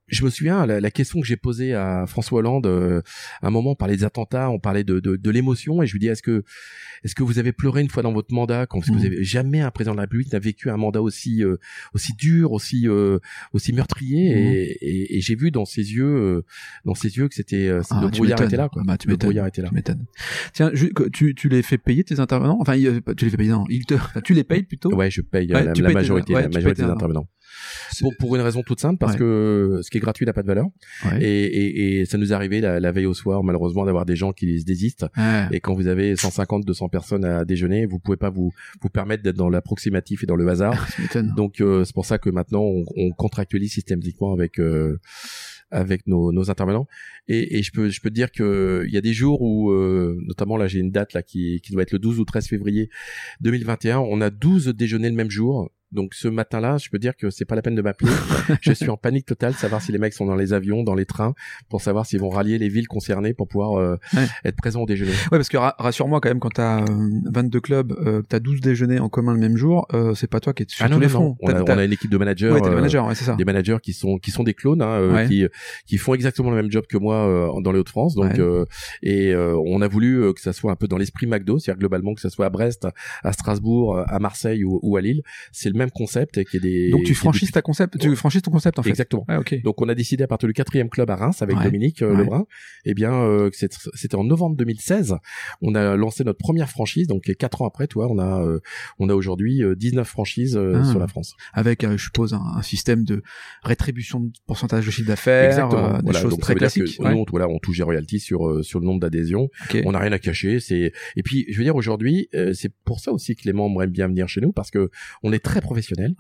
je me souviens, la question que j'ai posée à François Hollande, à un moment, on parlait des attentats, on parlait de l'émotion, et je lui dis, est-ce que vous avez pleuré une fois dans votre mandat, parce que vous avez jamais un président de la République n'a vécu un mandat aussi dur, aussi meurtrier, et j'ai vu dans ses yeux que c'était le brouillard était là, quoi. Le brouillard était là. Tu m'étonnes. Tiens, tu les fais payer tes intervenants? Enfin, tu les fais payer, non, tu les payes plutôt? Ouais, je paye la majorité des intervenants. Pour une raison toute simple, parce que ce qui est gratuit n'a pas de valeur. Ouais. Et ça nous est arrivé la veille au soir, malheureusement, d'avoir des gens qui se désistent. Ouais. Et quand vous avez 150, 200 personnes à déjeuner, vous pouvez pas vous permettre d'être dans l'approximatif et dans le hasard. Donc c'est pour ça que maintenant on contractualise systématiquement avec nos intervenants, et je peux te dire que il y a des jours où notamment là j'ai une date là qui doit être le 12 ou 13 février 2021, on a 12 déjeuners le même jour. Donc ce matin-là, je peux dire que c'est pas la peine de m'appeler. Je suis en panique totale, savoir si les mecs sont dans les avions, dans les trains, pour savoir s'ils vont rallier les villes concernées pour pouvoir être présents au déjeuner. Ouais, parce que rassure-moi quand même, quand t'as 22 clubs, t'as 12 déjeuners en commun le même jour, c'est pas toi qui es sur tous les fronts. On a une équipe de managers, c'est ça. Des managers qui sont des clones, qui font exactement le même job que moi dans les Hauts-de-France. Donc on a voulu que ça soit un peu dans l'esprit McDo, c'est-à-dire globalement que ça soit à Brest, à Strasbourg, à Marseille ou à Lille. C'est le même concept qui est des. Donc tu franchises ton concept en fait. Exactement. Ah, okay. Donc on a décidé à partir du 4e club à Reims avec Dominique Lebrun, c'était en novembre 2016. On a lancé notre première franchise, donc 4 ans après, on a aujourd'hui 19 franchises sur la France. Avec je suppose un système de rétribution de pourcentage de chiffre d'affaires, des choses donc très classiques. Nous, on touche des royalties sur le nombre d'adhésions. Okay. On n'a rien à cacher. Et puis je veux dire aujourd'hui, c'est pour ça aussi que les membres aiment bien venir chez nous, parce que on est très professionnel.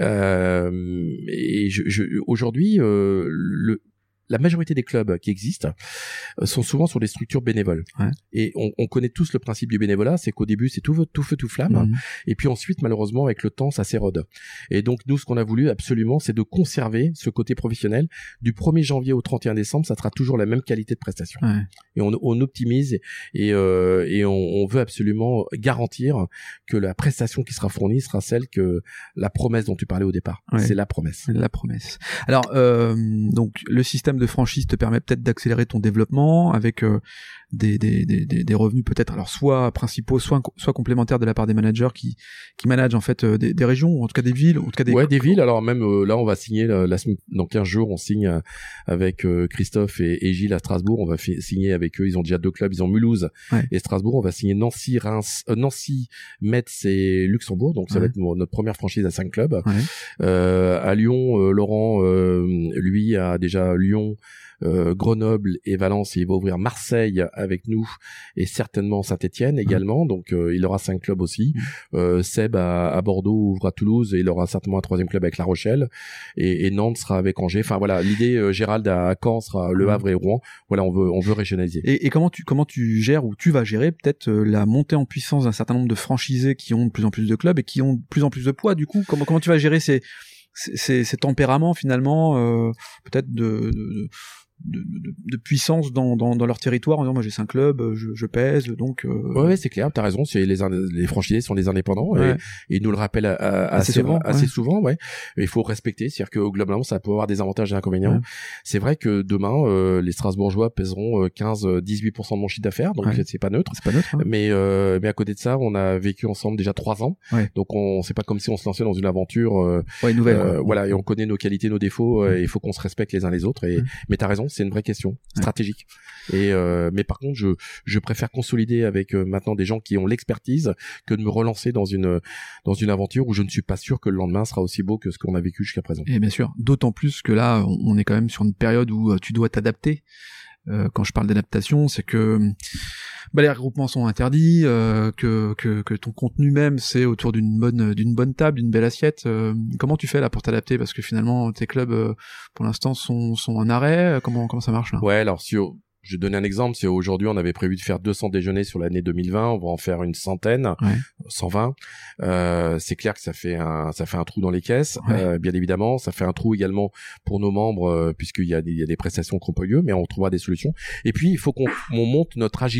Et aujourd'hui, la majorité des clubs qui existent sont souvent sur des structures bénévoles. Et on connaît tous le principe du bénévolat, c'est qu'au début c'est tout feu tout flamme, et puis ensuite malheureusement avec le temps ça s'érode. Et donc nous, ce qu'on a voulu absolument, c'est de conserver ce côté professionnel. Du 1er janvier au 31 décembre, ça sera toujours la même qualité de prestation. Et on optimise et on veut absolument garantir que la prestation qui sera fournie sera celle que la promesse dont tu parlais au départ. C'est la promesse. Alors donc le système de franchise te permet peut-être d'accélérer ton développement avec des revenus peut-être alors soit principaux, soit complémentaires de la part des managers qui managent en fait des régions, ou en tout cas des villes, ou en tout cas des villes. Alors même là on va signer dans 15 jours on signe avec Christophe et Gilles à Strasbourg. On va signer avec eux, ils ont déjà 2 clubs, ils ont Mulhouse et Strasbourg. On va signer Nancy, Metz et Luxembourg, donc ça va être notre première franchise à 5 clubs. À Lyon, Laurent lui a déjà Lyon, Grenoble et Valence, et il va ouvrir Marseille avec nous, et certainement Saint-Étienne également. Donc il aura 5 clubs aussi. Seb à Bordeaux ouvre à Toulouse, et il aura certainement un 3e club avec La Rochelle, et Nantes sera avec Angers. Enfin voilà, l'idée Gérald à Caen sera Le Havre et Rouen. Voilà, on veut régionaliser. Et comment tu gères, ou tu vas gérer peut-être la montée en puissance d'un certain nombre de franchisés qui ont de plus en plus de clubs et qui ont de plus en plus de poids, du coup comment tu vas gérer ces tempéraments finalement, peut-être de puissance dans leur territoire, en disant moi j'ai 5 clubs, je pèse, donc ouais, c'est clair, t'as raison, c'est les franchisés sont les indépendants, et ils nous le rappellent assez souvent. Il faut respecter, c'est-à-dire que globalement ça peut avoir des avantages et des inconvénients. C'est vrai que demain les Strasbourgeois pèseront 15-18% de mon chiffre d'affaires, donc c'est pas neutre. Mais à côté de ça, on a vécu ensemble déjà 3 ans, donc c'est pas comme si on se lançait dans une aventure nouvelle. Voilà, et on connaît nos qualités, nos défauts, et il faut qu'on se respecte les uns les autres. Mais t'as raison, c'est une vraie question stratégique. Et mais par contre, je préfère consolider avec maintenant des gens qui ont l'expertise que de me relancer dans une aventure où je ne suis pas sûr que le lendemain sera aussi beau que ce qu'on a vécu jusqu'à présent. Et bien sûr, d'autant plus que là, on est quand même sur une période où tu dois t'adapter. Quand je parle d'adaptation, c'est que les regroupements sont interdits, que ton contenu même c'est autour d'une bonne table, d'une belle assiette. Comment tu fais là pour t'adapter, parce que finalement tes clubs pour l'instant sont en arrêt. Comment ça marche là? Ouais, alors je vais donner un exemple. Si aujourd'hui on avait prévu de faire 200 déjeuners sur l'année 2020, on va en faire une centaine, 120. C'est clair que ça fait un trou dans les caisses, bien évidemment. Ça fait un trou également pour nos membres, puisqu'il y a des prestations qui ont pas lieu, mais on trouvera des solutions. Et puis il faut qu'on monte notre agilité.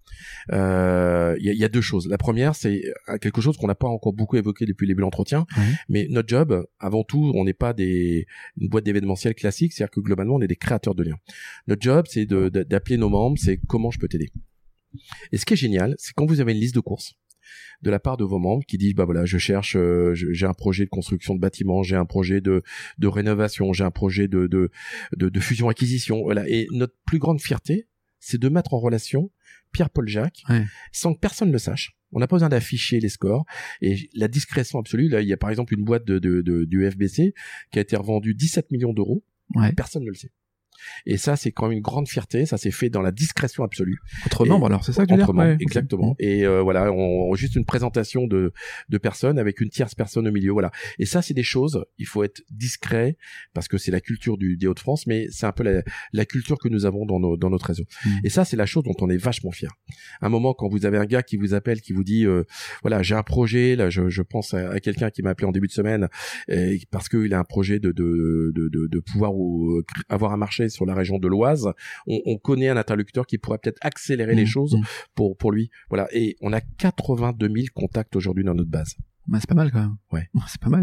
y a deux choses. La première, c'est quelque chose qu'on n'a pas encore beaucoup évoqué depuis le début de l'entretien, mais notre job, avant tout, on n'est pas une boîte d'événementiel classique, c'est-à-dire que globalement, on est des créateurs de liens. Notre job, c'est d'appeler nos membres, c'est comment je peux t'aider. Et ce qui est génial, c'est quand vous avez une liste de courses de la part de vos membres qui disent, bah voilà, je cherche, j'ai un projet de construction de bâtiment, j'ai un projet de rénovation, j'ai un projet de fusion-acquisition, voilà. Et notre plus grande fierté, c'est de mettre en relation Pierre-Paul Jacques, sans que personne ne le sache. On n'a pas besoin d'afficher les scores. Et la discrétion absolue, là, il y a par exemple une boîte du FBC qui a été revendue 17 millions d'euros. Personne ne le sait. Et ça, c'est quand même une grande fierté. Ça s'est fait dans la discrétion absolue. Entre membres, alors, c'est ça que tu veux dire? Entre membres, exactement. Et voilà, on juste une présentation de personnes avec une tierce personne au milieu. Voilà. Et ça, c'est des choses. Il faut être discret parce que c'est la culture des Hauts-de-France, mais c'est un peu la culture que nous avons dans notre réseau. Et ça, c'est la chose dont on est vachement fier. Un moment, quand vous avez un gars qui vous appelle, qui vous dit, voilà, j'ai un projet. Là, je pense à quelqu'un qui m'a appelé en début de semaine parce qu'il a un projet de pouvoir avoir un marché sur la région de l'Oise, on connaît un interlocuteur qui pourrait peut-être accélérer les choses pour lui. Voilà. Et on a 82 000 contacts aujourd'hui dans notre base. Bah, c'est pas mal quand même. Ouais. C'est pas mal.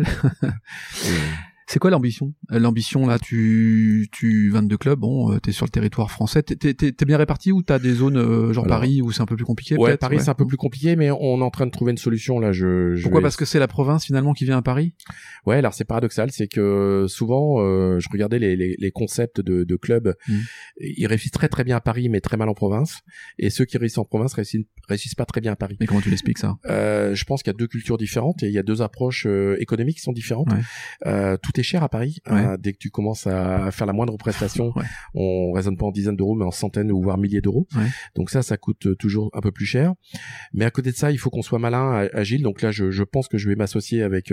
C'est quoi l'ambition? L'ambition, là, tu 22 clubs, bon, t'es sur le territoire français. T'es bien réparti ou t'as des zones, genre alors, Paris, où c'est un peu plus compliqué? Ouais, Paris, c'est un peu plus compliqué, mais on est en train de trouver une solution, là. Pourquoi? Parce que c'est la province, finalement, qui vient à Paris? Ouais, alors c'est paradoxal, c'est que souvent, je regardais les concepts de clubs, ils réussissent très très bien à Paris, mais très mal en province. Et ceux qui réussissent en province réussissent pas très bien à Paris. Mais comment tu l'expliques, ça? Je pense qu'il y a deux cultures différentes et il y a deux approches économiques qui sont différentes. Tout est cher à Paris. Dès que tu commences à faire la moindre prestation, on raisonne pas en dizaines d'euros, mais en centaines ou voire milliers d'euros. Donc ça coûte toujours un peu plus cher. Mais à côté de ça, il faut qu'on soit malin, agile. Donc là, je pense que je vais m'associer avec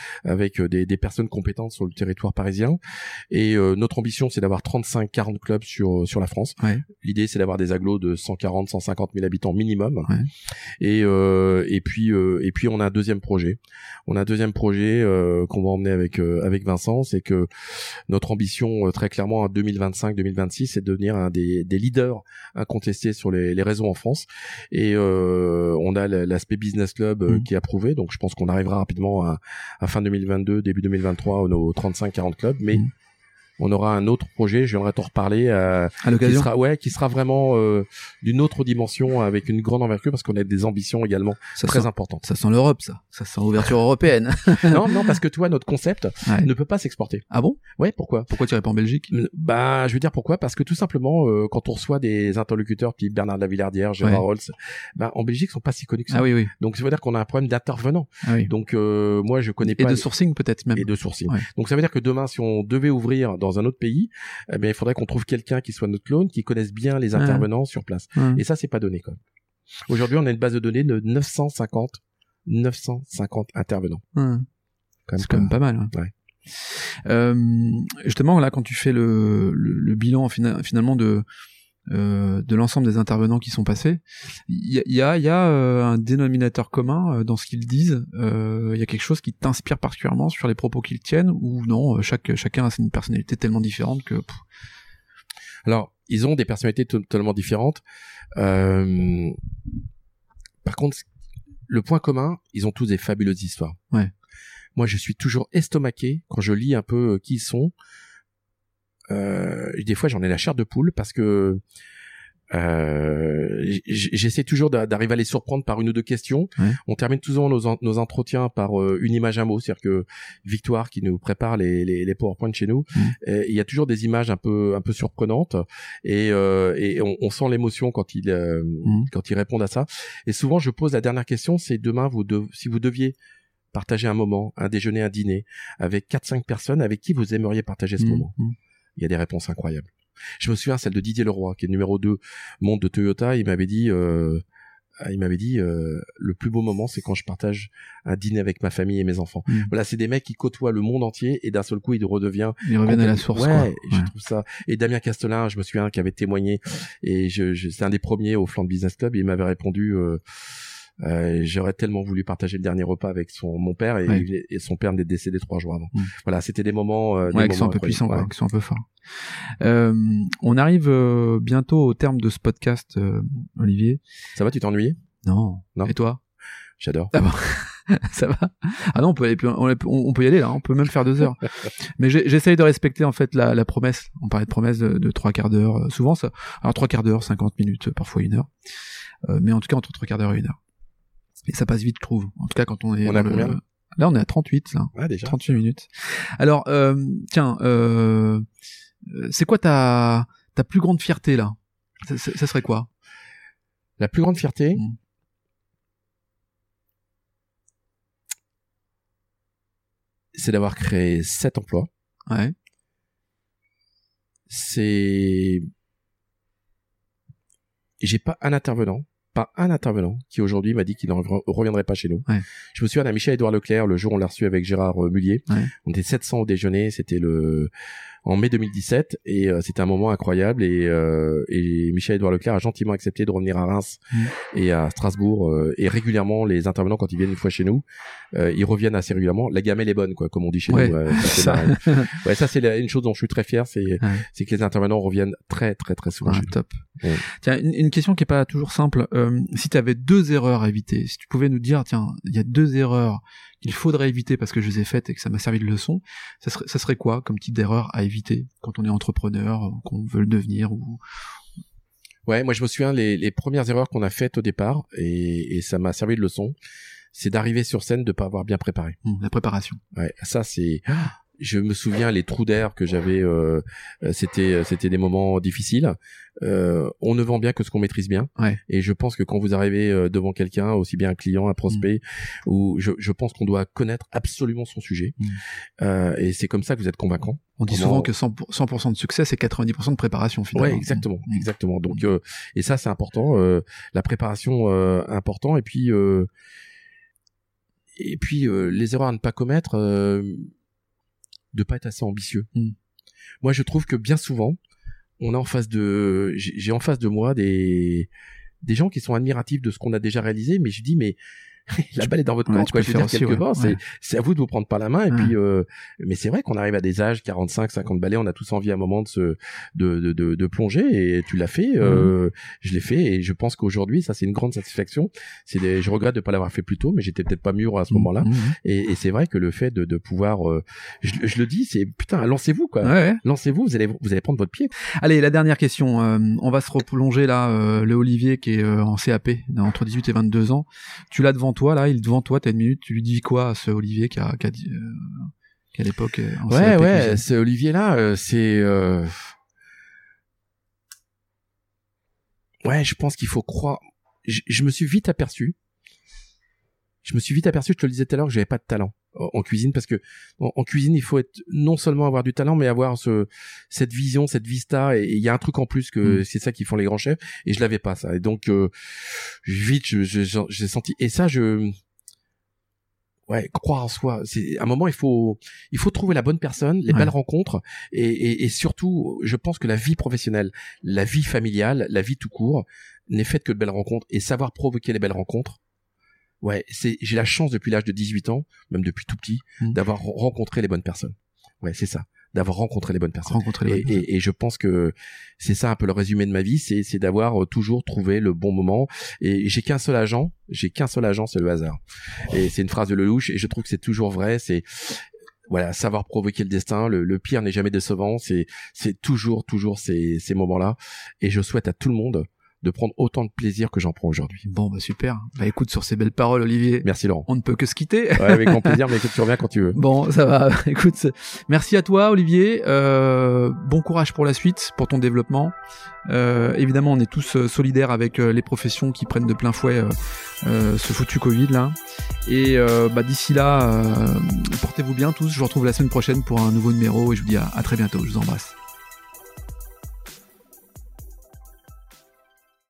des personnes compétentes sur le territoire parisien. Et notre ambition, c'est d'avoir 35-40 clubs sur la France. L'idée, c'est d'avoir des agglos de 140-150 000 habitants minimum. Et puis on a un deuxième projet. On a un deuxième projet qu'on va emmener avec Vincent, c'est que notre ambition très clairement en 2025-2026, c'est de devenir un des leaders incontestés sur les réseaux en France. Et on a l'aspect business club qui est approuvé, donc je pense qu'on arrivera rapidement à fin 2022, début 2023 aux 35-40 clubs, mais on aura un autre projet, je viendrai t'en reparler à l'occasion. Qui sera vraiment d'une autre dimension avec une grande envergure parce qu'on a des ambitions également très importantes. Ça sent l'Europe, ça sent l'ouverture européenne. non, parce que toi, notre concept ne peut pas s'exporter. Ah bon? Ouais, pourquoi tu irais pas en Belgique? Bah, je veux dire pourquoi, parce que tout simplement quand on reçoit des interlocuteurs type Bernard de la Villardière, Gérard Rolls, bah en Belgique ils sont pas si connus que ça. Ah oui. Donc ça veut dire qu'on a un problème d'intervenants. Donc moi je connais pas. Et de sourcing peut-être même. Et de sourcing. Donc ça veut dire que demain si on devait ouvrir dans un autre pays, eh bien, il faudrait qu'on trouve quelqu'un qui soit notre clone, qui connaisse bien les intervenants sur place. Et ça, c'est pas donné, quand même. Aujourd'hui, on a une base de données de 950 intervenants. C'est quand même pas mal. Justement, là, quand tu fais le bilan finalement de l'ensemble des intervenants qui sont passés, il y a un dénominateur commun dans ce qu'ils disent. Il y a quelque chose qui t'inspire particulièrement sur les propos qu'ils tiennent, ou non, chacun a une personnalité tellement différente que... Alors, ils ont des personnalités totalement différentes. Par contre, le point commun, ils ont tous des fabuleuses histoires. Moi, je suis toujours estomaqué quand je lis un peu qui ils sont. Des fois j'en ai la chair de poule parce que j'essaie toujours d'arriver à les surprendre par une ou deux questions. On termine toujours nos entretiens par une image, un mot, c'est-à-dire que Victoire qui nous prépare les PowerPoint chez nous, il y a toujours des images un peu surprenantes et on sent l'émotion quand ils répondent à ça. Et souvent je pose la dernière question, c'est demain si vous deviez partager un moment, un déjeuner, un dîner avec 4-5 personnes, avec qui vous aimeriez partager ce moment? Il y a des réponses incroyables. Je me souviens celle de Didier Leroy, qui est numéro 2 monde de Toyota. Il m'avait dit, le plus beau moment, c'est quand je partage un dîner avec ma famille et mes enfants. Voilà, c'est des mecs qui côtoient le monde entier et d'un seul coup, ils reviennent à la source. Quoi. Je trouve ça. Et Damien Castelin, je me souviens, qui avait témoigné et c'est un des premiers au flanc de Business Club. Et il m'avait répondu. J'aurais tellement voulu partager le dernier repas avec mon père et son père m'est décédé 3 jours avant. Voilà, c'était des moments qui sont un peu puissants, quoi, qui sont un peu forts. On arrive bientôt au terme de ce podcast, Olivier. Ça va, tu t'ennuies? Non. Et toi? J'adore. Ah bon. Ça va? Ah non, on peut y aller là, on peut même faire 2 heures. Mais j'essaye de respecter en fait la promesse. On parlait de promesse de 3 quarts d'heure. Souvent ça, alors 3 quarts d'heure, 50 minutes, parfois 1 heure. Mais en tout cas entre 3 quarts d'heure et 1 heure. Et ça passe vite, je trouve. En tout cas quand on est... On a combien? Là on est à 38, là. Ah déjà. 38 minutes. Alors, tiens, c'est quoi ta plus grande fierté là? Ça serait quoi? La plus grande fierté? C'est d'avoir créé 7 emplois. Ouais. J'ai pas un intervenant qui aujourd'hui m'a dit qu'il ne reviendrait pas chez nous. Ouais. Je me souviens d'un Michel-Édouard Leclerc, le jour où on l'a reçu avec Gérard Mullier. Ouais. On était 700 au déjeuner, c'était en mai 2017 et c'était un moment incroyable et Michel-Édouard Leclerc a gentiment accepté de revenir à Reims et à Strasbourg et régulièrement les intervenants quand ils viennent une fois chez nous, ils reviennent assez régulièrement. La gamelle est bonne, quoi, comme on dit chez nous. Ça c'est une chose dont je suis très fier, c'est que les intervenants reviennent très très très souvent. Top. Ouais. Tiens, une question qui est pas toujours simple. Si tu avais 2 erreurs à éviter, si tu pouvais nous dire, tiens, il y a 2 erreurs qu'il faudrait éviter parce que je les ai faites et que ça m'a servi de leçon, ça serait quoi comme type d'erreur à éviter quand on est entrepreneur, qu'on veut le devenir ou... Ouais, moi je me souviens les premières erreurs qu'on a faites au départ et ça m'a servi de leçon, c'est d'arriver sur scène de pas avoir bien préparé. La préparation. Ouais, ça c'est... Je me souviens les trous d'air que j'avais, c'était des moments difficiles. On ne vend bien que ce qu'on maîtrise bien. Ouais. Et je pense que quand vous arrivez devant quelqu'un, aussi bien un client, un prospect, ou je pense qu'on doit connaître absolument son sujet. Et c'est comme ça que vous êtes convaincant. On dit souvent que 100% de succès, c'est 90% de préparation finalement. Ouais, exactement. Donc et ça c'est important, la préparation important et puis les erreurs à ne pas commettre. De pas être assez ambitieux. Moi, je trouve que bien souvent, j'ai en face de moi des gens qui sont admiratifs de ce qu'on a déjà réalisé, mais je dis, mais la balle est dans votre camp, quoi. Je veux dire, quelque part, c'est à vous de vous prendre par la main, et puis, mais c'est vrai qu'on arrive à des âges, 45, 50 balais, on a tous envie à un moment de plonger, et tu l'as fait, je l'ai fait, et je pense qu'aujourd'hui, ça, c'est une grande satisfaction. Je regrette de pas l'avoir fait plus tôt, mais j'étais peut-être pas mûr à ce moment-là, et c'est vrai que le fait de pouvoir, je le dis, c'est, putain, lancez-vous, quoi. Ouais. Lancez-vous, vous allez prendre votre pied. Allez, la dernière question, on va se replonger là, le Olivier qui est en CAP, entre 18 et 22 ans. Tu l'as devant toi, là, il est devant toi, t'as 1 minute, tu lui dis quoi à ce Olivier qui a l'époque en CAP cuisine. Ce Olivier là, c'est je pense qu'il faut croire. Je me suis vite aperçu, je te le disais tout à l'heure, que j'avais pas de talent en cuisine, parce que en cuisine il faut non seulement avoir du talent, mais avoir cette vision, cette vista, et il y a un truc en plus que c'est ça qui font les grands chefs, et je l'avais pas ça, et donc vite j'ai senti, et ça croire en soi, c'est à un moment il faut trouver la bonne personne, les belles rencontres, et surtout je pense que la vie professionnelle, la vie familiale, la vie tout court n'est faite que de belles rencontres, et savoir provoquer les belles rencontres. Ouais, j'ai la chance depuis l'âge de 18 ans, même depuis tout petit, d'avoir rencontré les bonnes personnes. Ouais, c'est ça, d'avoir rencontré les bonnes personnes. Et je pense que c'est ça un peu le résumé de ma vie, c'est d'avoir toujours trouvé le bon moment. Et j'ai qu'un seul agent, c'est le hasard. Et c'est une phrase de Lelouch, et je trouve que c'est toujours vrai, c'est savoir provoquer le destin, le pire n'est jamais décevant, c'est toujours ces moments-là. Et je souhaite à tout le monde de prendre autant de plaisir que j'en prends aujourd'hui. Bon, super. Écoute, sur ces belles paroles, Olivier. Merci Laurent. On ne peut que se quitter. Ouais, avec grand plaisir, mais écoute, tu reviens quand tu veux. Bon, ça va. Écoute, merci à toi, Olivier. Bon courage pour la suite, pour ton développement. Évidemment, on est tous solidaires avec les professions qui prennent de plein fouet ce foutu Covid là. Et d'ici là, portez-vous bien tous. Je vous retrouve la semaine prochaine pour un nouveau numéro et je vous dis à très bientôt. Je vous embrasse.